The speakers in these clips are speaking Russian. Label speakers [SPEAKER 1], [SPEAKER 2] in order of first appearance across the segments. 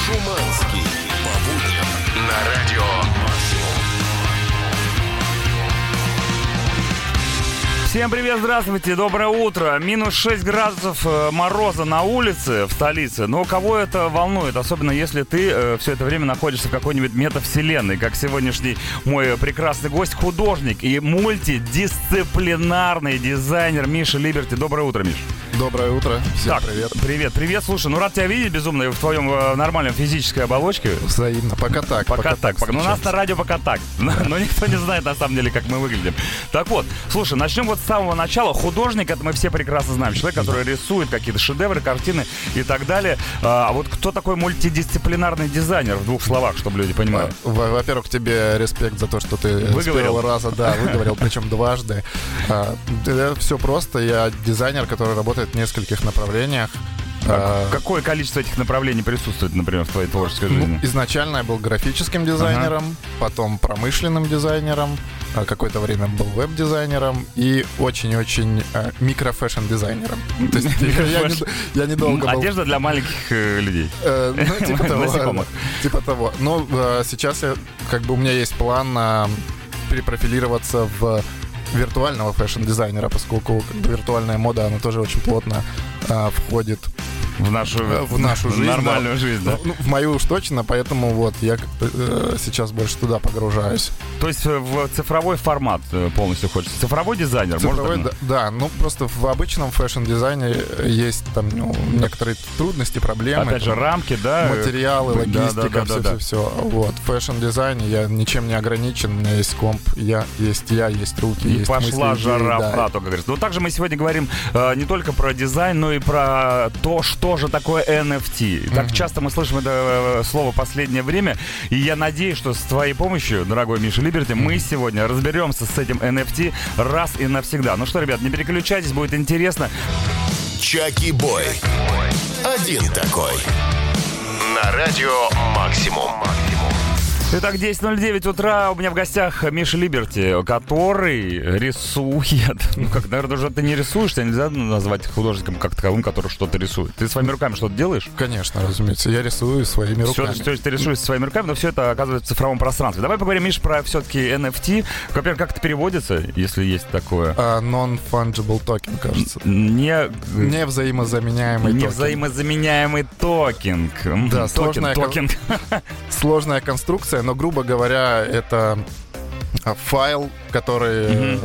[SPEAKER 1] Шуманский. По будням на радио Максимум.
[SPEAKER 2] Всем привет, здравствуйте, доброе утро. Минус 6 градусов мороза на улице в столице. Но кого это волнует? Особенно если ты все это время находишься в какой-нибудь метавселенной. Как сегодняшний мой прекрасный гость, художник и мультидисциплинарный дизайнер Миша Либерти. Доброе утро, Миш.
[SPEAKER 3] Доброе утро. Всем
[SPEAKER 2] так,
[SPEAKER 3] привет.
[SPEAKER 2] Привет. Слушай, ну рад тебя видеть, безумно, в твоем нормальном физической оболочке.
[SPEAKER 3] Взаимно. Пока так.
[SPEAKER 2] Ну, у нас на радио пока так. Но никто не знает, на самом деле, как мы выглядим. Так вот, слушай, начнем вот с самого начала. Художник, это мы все прекрасно знаем. Человек, который рисует какие-то шедевры, картины и так далее. А вот кто такой мультидисциплинарный дизайнер, в двух словах, чтобы люди понимали?
[SPEAKER 3] Во-первых, тебе респект за то, что ты с первого раза выговорил, причем дважды. Все просто. Я дизайнер, который работает в нескольких направлениях.
[SPEAKER 2] Какое количество этих направлений присутствует, например, в твоей творческой жизни?
[SPEAKER 3] Изначально я был графическим дизайнером, потом промышленным дизайнером, какое-то время был веб-дизайнером и очень-очень микро-фэшн-дизайнером. То есть я недолго был...
[SPEAKER 2] Одежда для маленьких людей.
[SPEAKER 3] Типа того. Но сейчас у меня есть план перепрофилироваться в виртуального фэшн-дизайнера, поскольку виртуальная мода, она тоже очень плотно входит в нашу жизнь.
[SPEAKER 2] Нормальную жизнь, да?
[SPEAKER 3] В мою уж точно, поэтому вот я сейчас больше туда погружаюсь.
[SPEAKER 2] То есть в цифровой формат полностью хочется. Цифровой дизайнер?
[SPEAKER 3] Цифровой, да. Ну, просто в обычном фэшн-дизайне есть там некоторые трудности, проблемы.
[SPEAKER 2] Опять же, рамки, да?
[SPEAKER 3] Материалы, логистика, все. Вот. В фэшн-дизайне я ничем не ограничен. У меня есть комп, есть руки,
[SPEAKER 2] и
[SPEAKER 3] есть
[SPEAKER 2] пошла
[SPEAKER 3] мысли,
[SPEAKER 2] жара
[SPEAKER 3] да.
[SPEAKER 2] в хату, как говорится. Но также мы сегодня говорим не только про дизайн, но и про то, что же такое NFT. Так часто мы слышим это слово в последнее время, и я надеюсь, что с твоей помощью, дорогой Миша Либерти, мы сегодня разберемся с этим NFT раз и навсегда. Ну что, ребят, не переключайтесь, будет интересно.
[SPEAKER 1] Чаки-бой. Один такой. На радио Максимум.
[SPEAKER 2] Итак, 10:09 утра. У меня в гостях Миша Либерти, который рисует. Ну, как, наверное, уже ты не рисуешь, тебя нельзя назвать художником как таковым, который что-то рисует. Ты своими руками что-то делаешь?
[SPEAKER 3] Конечно, разумеется. Я рисую своими руками.
[SPEAKER 2] То есть ты рисуешь своими руками, но все это оказывается в цифровом пространстве. Давай поговорим, Миш, про все-таки NFT. Во-первых, как это переводится, если есть такое?
[SPEAKER 3] Non-fungible token, кажется.
[SPEAKER 2] Невзаимозаменяемый токен.
[SPEAKER 3] Да, сложная конструкция. Но, грубо говоря, это файл, который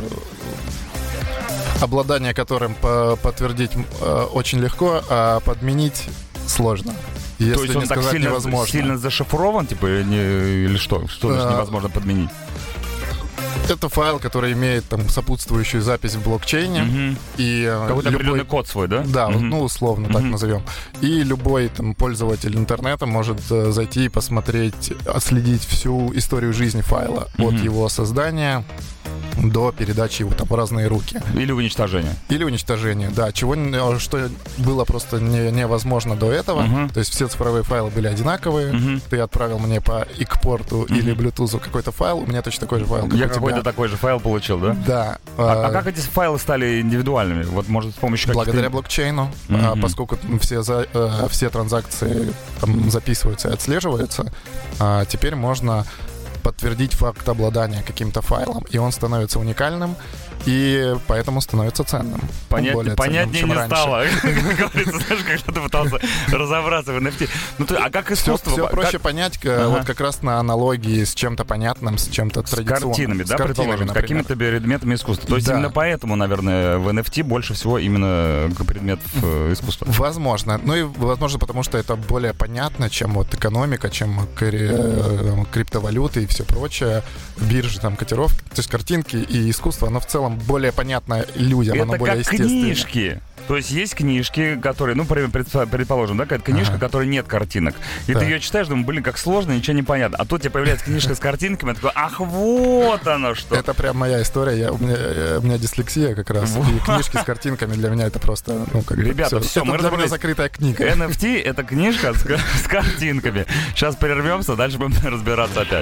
[SPEAKER 3] обладание которым подтверждить очень легко, а подменить сложно. Если
[SPEAKER 2] то есть он так сильно зашифрован, типа, или что? Что значит невозможно подменить?
[SPEAKER 3] Это файл, который имеет там сопутствующую запись в блокчейне. И
[SPEAKER 2] какой-то определенный код свой, да?
[SPEAKER 3] Да, условно так назовем. И любой там пользователь интернета может зайти и посмотреть, отследить всю историю жизни файла от его создания до передачи его там в разные руки.
[SPEAKER 2] Или уничтожения,
[SPEAKER 3] да. Что было просто невозможно до этого. То есть все цифровые файлы были одинаковые. Ты отправил мне по экпорту или Bluetooth какой-то файл, у меня точно такой же файл, как
[SPEAKER 2] я
[SPEAKER 3] у тебя.
[SPEAKER 2] Какой-то такой же файл получил, да?
[SPEAKER 3] Да.
[SPEAKER 2] А как эти файлы стали индивидуальными? Вот, может, с помощью каких-то...
[SPEAKER 3] Благодаря блокчейну, поскольку все транзакции там записываются и отслеживаются, теперь можно подтвердить факт обладания каким-то файлом, и он становится уникальным, и поэтому становится ценным.
[SPEAKER 2] Понятнее не стало. Как говорится, знаешь, когда ты пытался разобраться в NFT. А как искусство?
[SPEAKER 3] Все проще понять, вот как раз на аналогии с чем-то понятным, с чем-то традиционным.
[SPEAKER 2] С картинами, да, предположим, с какими-то предметами искусства. То есть именно поэтому, наверное, в NFT больше всего именно предметов искусства.
[SPEAKER 3] Возможно. Ну и возможно, потому что это более понятно, чем вот экономика, чем криптовалюты и все прочее, биржи, там, котировки. То есть картинки и искусство, оно в целом более понятно людям,
[SPEAKER 2] это
[SPEAKER 3] оно более естественное.
[SPEAKER 2] Это как книжки. То есть есть книжки, которые, предположим, да, какая-то книжка, в которой нет картинок. И ты ее читаешь, думаешь, как сложно, ничего не понятно. А тут тебе появляется книжка с картинками, такой, ах, вот оно что.
[SPEAKER 3] Это прям моя история. У меня дислексия как раз. И книжки с картинками для меня это просто,
[SPEAKER 2] ребята, все, мы
[SPEAKER 3] для меня закрытая книга.
[SPEAKER 2] NFT — это книжка с картинками. Сейчас прервемся, дальше будем разбираться опять.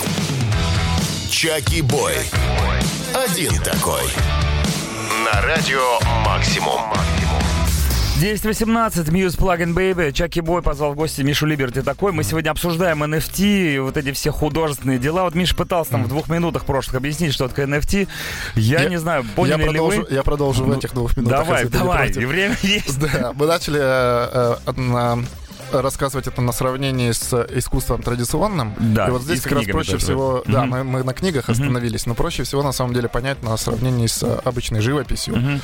[SPEAKER 1] Чаки-бой. Один такой. На радио Максимум.
[SPEAKER 2] 10:18, Muse Plug-in Baby. Чаки Бой позвал в гости Мишу Либерти такой. Мы сегодня обсуждаем NFT и вот эти все художественные дела. Вот Миша пытался там в 2 минутах прошлых объяснить, что такое NFT. Я не знаю, поняли ли вы?
[SPEAKER 3] Я продолжу в этих 2 минутах.
[SPEAKER 2] Давай, и время есть.
[SPEAKER 3] Да, мы начали рассказывать это на сравнении с искусством традиционным.
[SPEAKER 2] Да,
[SPEAKER 3] и вот здесь как раз проще всего... Да, мы на книгах остановились, но проще всего на самом деле понять на сравнении с обычной живописью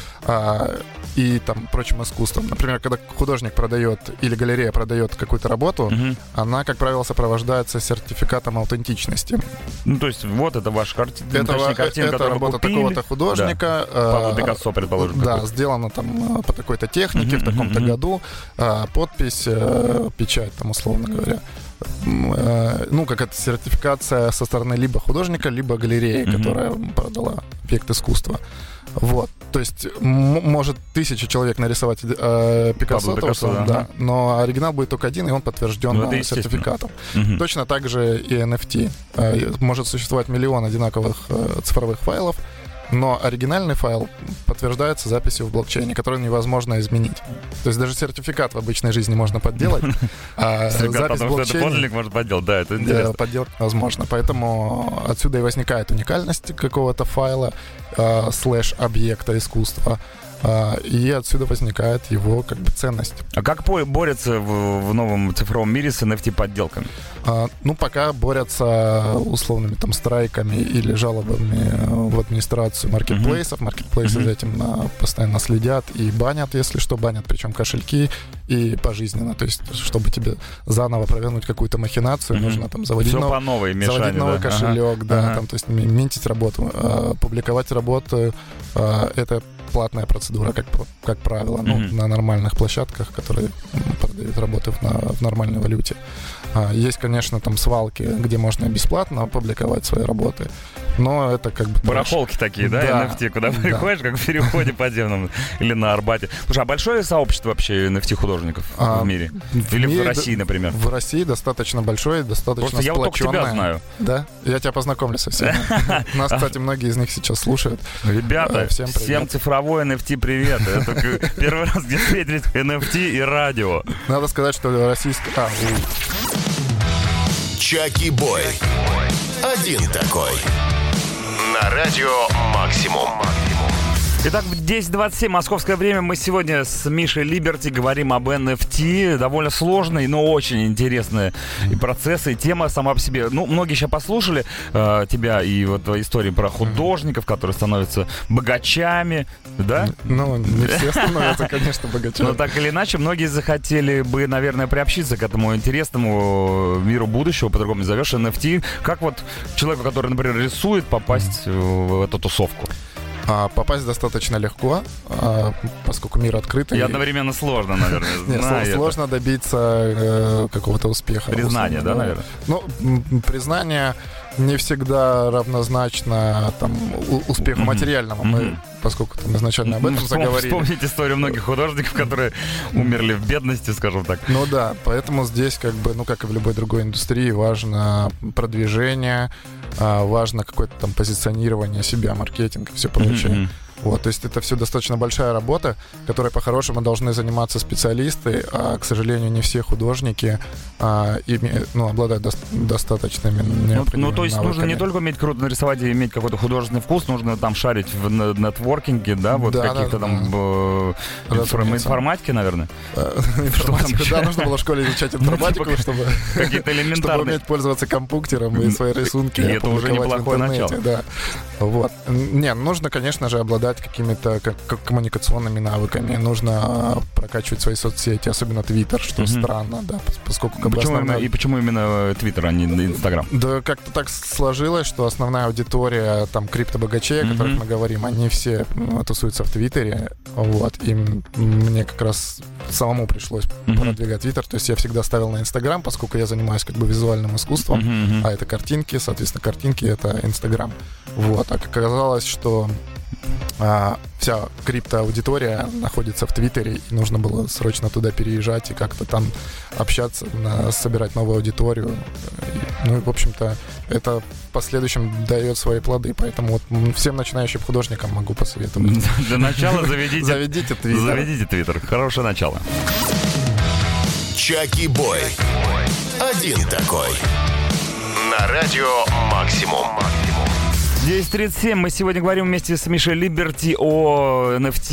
[SPEAKER 3] и там прочим искусством. Например, когда художник продает или галерея продает какую-то работу, она, как правило, сопровождается сертификатом аутентичности.
[SPEAKER 2] Ну, то есть вот это ваша картина,
[SPEAKER 3] это работа такого-то художника.
[SPEAKER 2] Пабло Пикассо, предположим.
[SPEAKER 3] Да, сделана там по такой-то технике, в таком-то году. Подпись, печать, там, условно говоря. Ну, как это сертификация со стороны либо художника, либо галереи, которая продала объект искусства. Вот. То есть может 1000 человек нарисовать Пикассо, да, но оригинал будет только один, и он подтвержден сертификатом. Точно так же и NFT. Может существовать миллион одинаковых цифровых файлов, но оригинальный файл подтверждается записью в блокчейне, которую невозможно изменить. То есть даже сертификат в обычной жизни можно подделать, а запись в блокчейне...
[SPEAKER 2] подлинник можно подделать, да, это интересно.
[SPEAKER 3] Подделать невозможно. Поэтому отсюда и возникает уникальность какого-то файла, /объекта искусства, и отсюда возникает его как бы ценность.
[SPEAKER 2] А как борются в новом цифровом мире с NFT-подделками?
[SPEAKER 3] Ну, пока борются условными там страйками или жалобами в администрацию маркетплейсов. Маркетплейсы за этим постоянно следят и банят, если что, банят, причем кошельки и пожизненно. То есть, чтобы тебе заново провернуть какую-то махинацию, нужно там заводить новый кошелек, там, то есть минтить работу, публиковать работу. Это платная процедура, как правило, на нормальных площадках, которые продают работы в нормальной валюте. Есть, конечно, там свалки, где можно бесплатно публиковать свои работы, но это как бы...
[SPEAKER 2] Барахолки такие, да, NFT, куда приходишь, как в переходе подземном или на Арбате. Слушай, а большое сообщество вообще NFT-художников в мире? Или в России, например?
[SPEAKER 3] В России достаточно большое, достаточно
[SPEAKER 2] сплоченное. Я вот только тебя знаю.
[SPEAKER 3] Да? Я тебя познакомлю со всеми. Нас, кстати, многие из них сейчас слушают.
[SPEAKER 2] Ребята, всем цифровой NFT привет. Это первый раз, где встретились NFT и радио.
[SPEAKER 3] Надо сказать, что российский...
[SPEAKER 1] Чаки Бой. Один такой. На радио «Максимум».
[SPEAKER 2] Итак, в 10:27 московское время мы сегодня с Мишей Либерти говорим об NFT. Довольно сложные, но очень интересные и процессы, и тема сама по себе. Ну, многие сейчас послушали тебя и вот твои истории про художников, которые становятся богачами, да?
[SPEAKER 3] Ну, не все становятся, конечно, богачами.
[SPEAKER 2] Но так или иначе, многие захотели бы, наверное, приобщиться к этому интересному миру будущего, по-другому не зовешь, NFT. Как вот человеку, который, например, рисует, попасть в эту тусовку?
[SPEAKER 3] Попасть достаточно легко, поскольку мир открытый.
[SPEAKER 2] И одновременно сложно, наверное.
[SPEAKER 3] Нет, сложно добиться какого-то успеха.
[SPEAKER 2] Признания, да, наверное?
[SPEAKER 3] Ну, признание не всегда равнозначно там, успеху материальному. Мы, поскольку там изначально об этом заговорили.
[SPEAKER 2] Вспомнить историю многих художников, которые умерли в бедности, скажем так.
[SPEAKER 3] Ну да, поэтому здесь, как бы, ну как и в любой другой индустрии, важно продвижение, важно какое-то там позиционирование себя, маркетинг и все прочее. Вот, то есть это все достаточно большая работа, которой по-хорошему должны заниматься специалисты, а, к сожалению, не все художники обладают достаточными необходимыми
[SPEAKER 2] Ну, то есть
[SPEAKER 3] навыками.
[SPEAKER 2] нужно не только уметь круто нарисовать и иметь какой-то художественный вкус, нужно там шарить в нетворкинге, да, вот каких-то там информатике, наверное.
[SPEAKER 3] Информатику, да, нужно было в школе изучать информатику, чтобы уметь пользоваться компьютером и свои рисунки
[SPEAKER 2] это уже неплохое начало.
[SPEAKER 3] Вот. Не, нужно, конечно же, обладать какими-то коммуникационными навыками. Нужно прокачивать свои соцсети, особенно Twitter, что странно, да, поскольку...
[SPEAKER 2] Почему именно Twitter, а не Instagram?
[SPEAKER 3] Да, как-то так сложилось, что основная аудитория там криптобогачей, о которых мы говорим, они все тусуются в Твиттере, вот, и мне как раз самому пришлось продвигать Твиттер, то есть я всегда ставил на Инстаграм, поскольку я занимаюсь как бы визуальным искусством, а это картинки, соответственно, картинки — это Инстаграм. Вот, а оказалось, что вся криптоаудитория находится в Твиттере, и нужно было срочно туда переезжать и как-то там общаться, собирать новую аудиторию. Ну и, в общем-то, это в последующем дает свои плоды, поэтому вот всем начинающим художникам могу посоветовать.
[SPEAKER 2] Для начала заведите
[SPEAKER 3] Твиттер.
[SPEAKER 2] Заведите Твиттер. Хорошее начало.
[SPEAKER 1] Чаки-бой. Один такой. На радио «Максимум».
[SPEAKER 2] 10:37. Мы сегодня говорим вместе с Мишей Либерти о NFT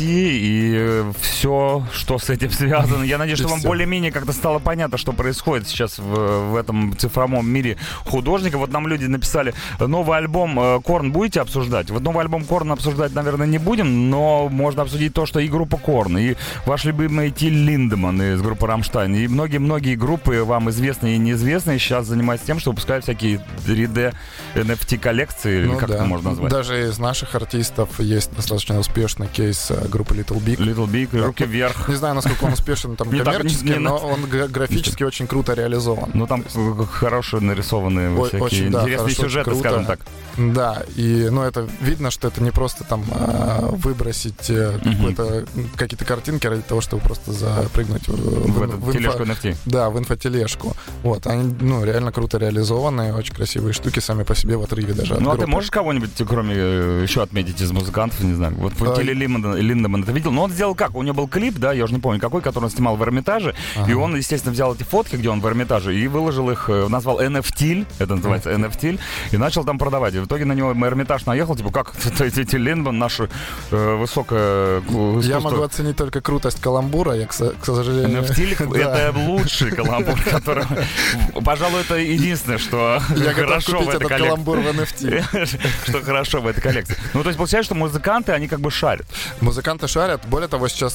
[SPEAKER 2] и все, что с этим связано. Я надеюсь, что вам более-менее как-то стало понятно, что происходит сейчас в этом цифровом мире художника. Вот нам люди написали, новый альбом Корн будете обсуждать? Вот новый альбом Корн обсуждать, наверное, не будем, но можно обсудить то, что и группа Корн, и ваш любимый Тиль Линдеман из группы Рамштайн, и многие-многие группы, вам известные и неизвестные, сейчас занимаются тем, что выпускают всякие 3D NFT-коллекции,
[SPEAKER 3] ну,
[SPEAKER 2] как
[SPEAKER 3] да.
[SPEAKER 2] это можно назвать?
[SPEAKER 3] Даже из наших артистов есть достаточно успешный кейс группы Little Big.
[SPEAKER 2] Little Big, руки вверх.
[SPEAKER 3] Не знаю, насколько он успешен там коммерчески, но он графически очень круто реализован.
[SPEAKER 2] Ну там хорошие нарисованные всякие интересные сюжеты, скажем так.
[SPEAKER 3] Да, и это видно, что это не просто там выбросить какие-то картинки ради того, чтобы просто запрыгнуть
[SPEAKER 2] в тележку NFT.
[SPEAKER 3] Да, в инфотележку. Вот, они реально круто реализованные, очень красивые штуки сами по себе в отрыве даже от группы.
[SPEAKER 2] А ты можешь кого-нибудь, кроме еще отметить из музыкантов, не знаю, вот Тилли Линдеман ты видел? Но он сделал как? У него был клип, да, я уже не помню какой, который он снимал в Эрмитаже, и он, естественно, взял эти фотки, где он в Эрмитаже, и выложил их, назвал NFT, это называется NFT, и начал там продавать. И в итоге на него Эрмитаж наехал, типа, как Тилли Линдеман, наше высокое искусство.
[SPEAKER 3] Я могу оценить только крутость каламбура, я, к сожалению...
[SPEAKER 2] NFT — это лучший каламбур, который... Пожалуй, это единственное, что хорошо в этой коллекции.
[SPEAKER 3] Каламбур в NFT.
[SPEAKER 2] Что хорошо в этой коллекции. Ну, то есть, получается, что музыканты, они как бы шарят.
[SPEAKER 3] Музыканты шарят. Более того, сейчас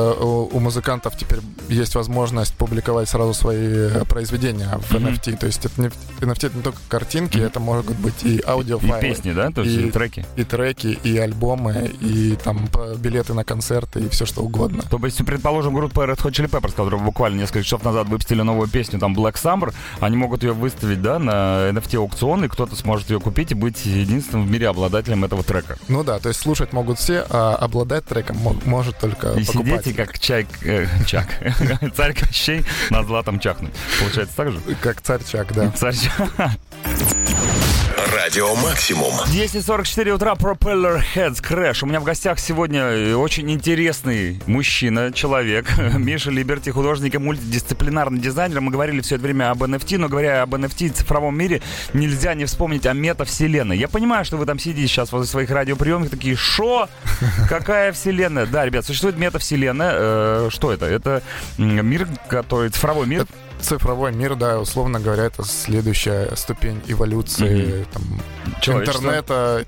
[SPEAKER 3] у музыкантов теперь есть возможность публиковать сразу свои произведения в NFT. То есть NFT это не только картинки, это могут быть и аудиофайлы.
[SPEAKER 2] И песни, да? То есть и треки.
[SPEAKER 3] И треки, и альбомы, и там билеты на концерты, и все что угодно.
[SPEAKER 2] То есть, предположим, группа Red Hot Chili Peppers, которые буквально несколько часов назад выпустили новую песню, там, Black Summer, они могут ее выставить, да, на NFT-аукцион, и кто-то сможет ее купить и быть единственным в мире обладателем этого трека.
[SPEAKER 3] Ну да, то есть слушать могут все, а обладать треком может только
[SPEAKER 2] и
[SPEAKER 3] покупатель.
[SPEAKER 2] И сидеть, как царь Кощей на златом чахнуть. Получается так же?
[SPEAKER 3] Как царь Чак, да.
[SPEAKER 2] Царь Чак.
[SPEAKER 1] Радио «Максимум».
[SPEAKER 2] 10:44 утра, Propeller Heads, Crash. У меня в гостях сегодня очень интересный мужчина, человек, Миша Либерти, художник и мультидисциплинарный дизайнер. Мы говорили все это время об NFT, но говоря об NFT и цифровом мире, нельзя не вспомнить о метавселенной. Я понимаю, что вы там сидите сейчас возле своих радиоприемников, такие, шо? Какая вселенная? Да, ребят, существует метавселенная. Что это? Это мир, который цифровой мир.
[SPEAKER 3] Цифровой мир, да, условно говоря, это следующая ступень эволюции интернета,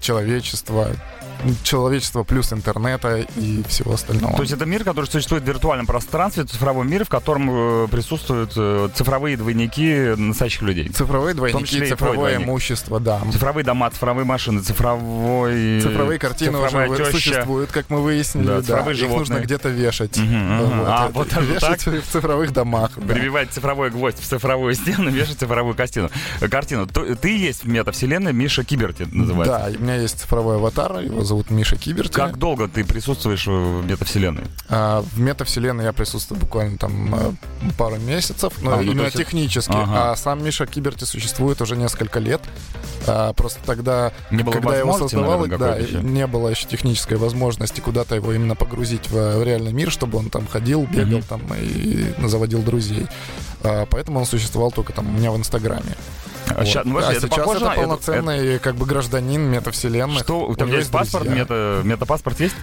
[SPEAKER 3] человечества плюс интернета и всего остального.
[SPEAKER 2] То есть это мир, который существует в виртуальном пространстве, цифровой мир, в котором присутствуют цифровые двойники настоящих людей.
[SPEAKER 3] Цифровые двойники, цифровое имущество, да.
[SPEAKER 2] Цифровые дома, цифровые машины,
[SPEAKER 3] цифровые картины уже существуют, как мы выяснили. Да,
[SPEAKER 2] их
[SPEAKER 3] нужно где-то вешать.
[SPEAKER 2] Вешать
[SPEAKER 3] в цифровых домах.
[SPEAKER 2] Прибивать цифровой гвоздь в цифровую стену, вешать цифровую картину. Ты есть в метавселенной, Миша Киберти называется.
[SPEAKER 3] Да, у меня есть цифровой аватар, его зовут Миша Киберти.
[SPEAKER 2] Как долго ты присутствуешь в метавселенной?
[SPEAKER 3] В метавселенной я присутствую буквально там пару месяцев, но именно технически. А сам Миша Киберти существует уже несколько лет. Просто тогда, когда я его создавал, не было еще технической возможности куда-то его именно погрузить в реальный мир, чтобы он там ходил, бегал там и заводил друзей. Поэтому он существовал только там у меня в Инстаграме.
[SPEAKER 2] Сейчас
[SPEAKER 3] это полноценный как бы гражданин метавселенной.
[SPEAKER 2] Что, у тебя есть паспорт? Метапаспорт есть?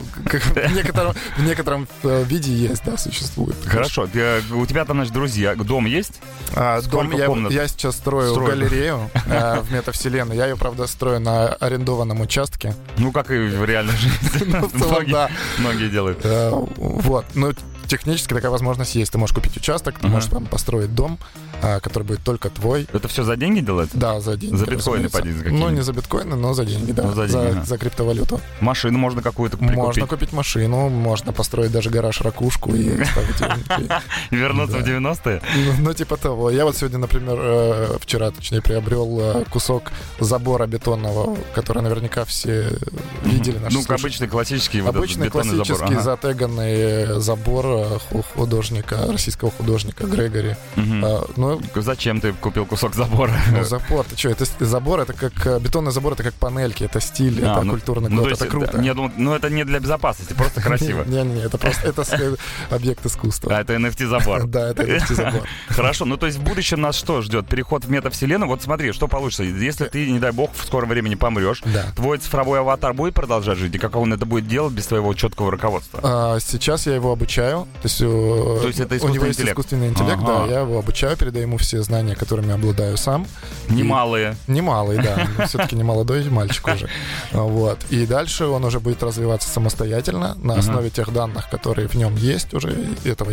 [SPEAKER 3] В некотором виде есть, да, существует.
[SPEAKER 2] Хорошо. У тебя там, значит, друзья. Дом есть?
[SPEAKER 3] Я сейчас строю галерею в метавселенной. Я ее, правда, строю на арендованном участке.
[SPEAKER 2] Ну, как и в реальной жизни. Многие делают.
[SPEAKER 3] Вот. Ну, технически такая возможность есть. Ты можешь купить участок, ты можешь там построить дом. который будет только твой.
[SPEAKER 2] Это все за деньги делается?
[SPEAKER 3] Да, за деньги.
[SPEAKER 2] За биткоины, поди, за какие-нибудь?
[SPEAKER 3] Ну, не за биткоины, но за деньги, да. За криптовалюту.
[SPEAKER 2] Машину можно какую-то прикупить?
[SPEAKER 3] Можно купить машину, можно построить даже гараж-ракушку и ставить ее.
[SPEAKER 2] И вернуться в 90-е?
[SPEAKER 3] Ну, типа того. Я вот сегодня, например, вчера, точнее, приобрел кусок забора бетонного, который наверняка все видели.
[SPEAKER 2] Ну, обычный классический
[SPEAKER 3] обычный классический затеганный забор художника, российского художника Грегори. Ну,
[SPEAKER 2] зачем ты купил кусок забора?
[SPEAKER 3] Ну, забор, ты что, это забор, это как бетонный забор, это как панельки, это стиль, это культурный код, это круто.
[SPEAKER 2] Ну, это не для безопасности, просто красиво.
[SPEAKER 3] Не, это просто это объект искусства.
[SPEAKER 2] А это NFT-забор.
[SPEAKER 3] Да, это NFT-забор.
[SPEAKER 2] Хорошо, ну то есть в будущем нас что ждет? Переход в метавселенную? Вот смотри, что получится. Если ты, не дай бог, в скором времени помрешь, твой цифровой аватар будет продолжать жить? И как он это будет делать без твоего четкого руководства?
[SPEAKER 3] Сейчас я его обучаю. То есть
[SPEAKER 2] это
[SPEAKER 3] у него есть искусственный интеллект, да, я его обучаю, передаю ему все знания, которыми обладаю сам.
[SPEAKER 2] Немалые.
[SPEAKER 3] Немалые, да. Все-таки не молодой мальчик уже. Вот. И дальше он уже будет развиваться самостоятельно на основе тех данных, которые в нем есть уже, этого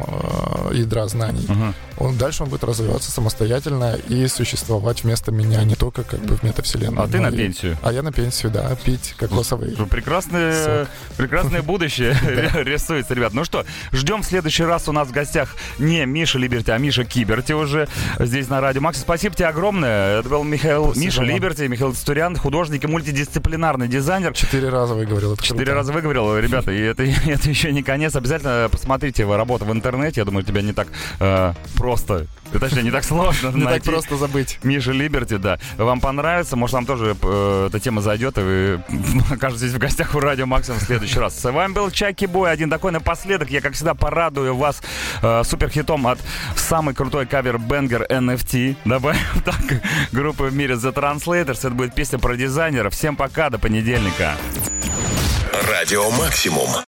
[SPEAKER 3] ядра знаний. Дальше он будет развиваться самостоятельно и существовать вместо меня, не только как бы в метавселенной.
[SPEAKER 2] А ты на пенсию?
[SPEAKER 3] А я на пенсию, да, пить кокосовый.
[SPEAKER 2] Прекрасное будущее рисуется, ребят. Ну что, ждем в следующий раз. У нас в гостях не Миша Либерти, а Миша Киберти уже здесь на Радио Макс. Спасибо тебе огромное. Это был Миша Либерти, Михаил Цитурян, художник и мультидисциплинарный дизайнер.
[SPEAKER 3] 4 раза выговорил.
[SPEAKER 2] 4 раза выговорил, ребята, и это еще не конец. Обязательно посмотрите его работу в интернете. Я думаю, тебя не так просто, точнее, не так сложно
[SPEAKER 3] не так просто забыть.
[SPEAKER 2] Миша Либерти, да. Вам понравится, может, вам тоже эта тема зайдет, и вы окажетесь в гостях у Радио Максимум в следующий раз. С вами был Чаки Бой. Один такой напоследок. Я, как всегда, порадую вас суперхитом от самый крутой кавер-бенгер NFT. Добавим так группы в мире The Translators. Это будет песня про дизайнера. Всем пока, до понедельника.
[SPEAKER 1] Радио Максимум.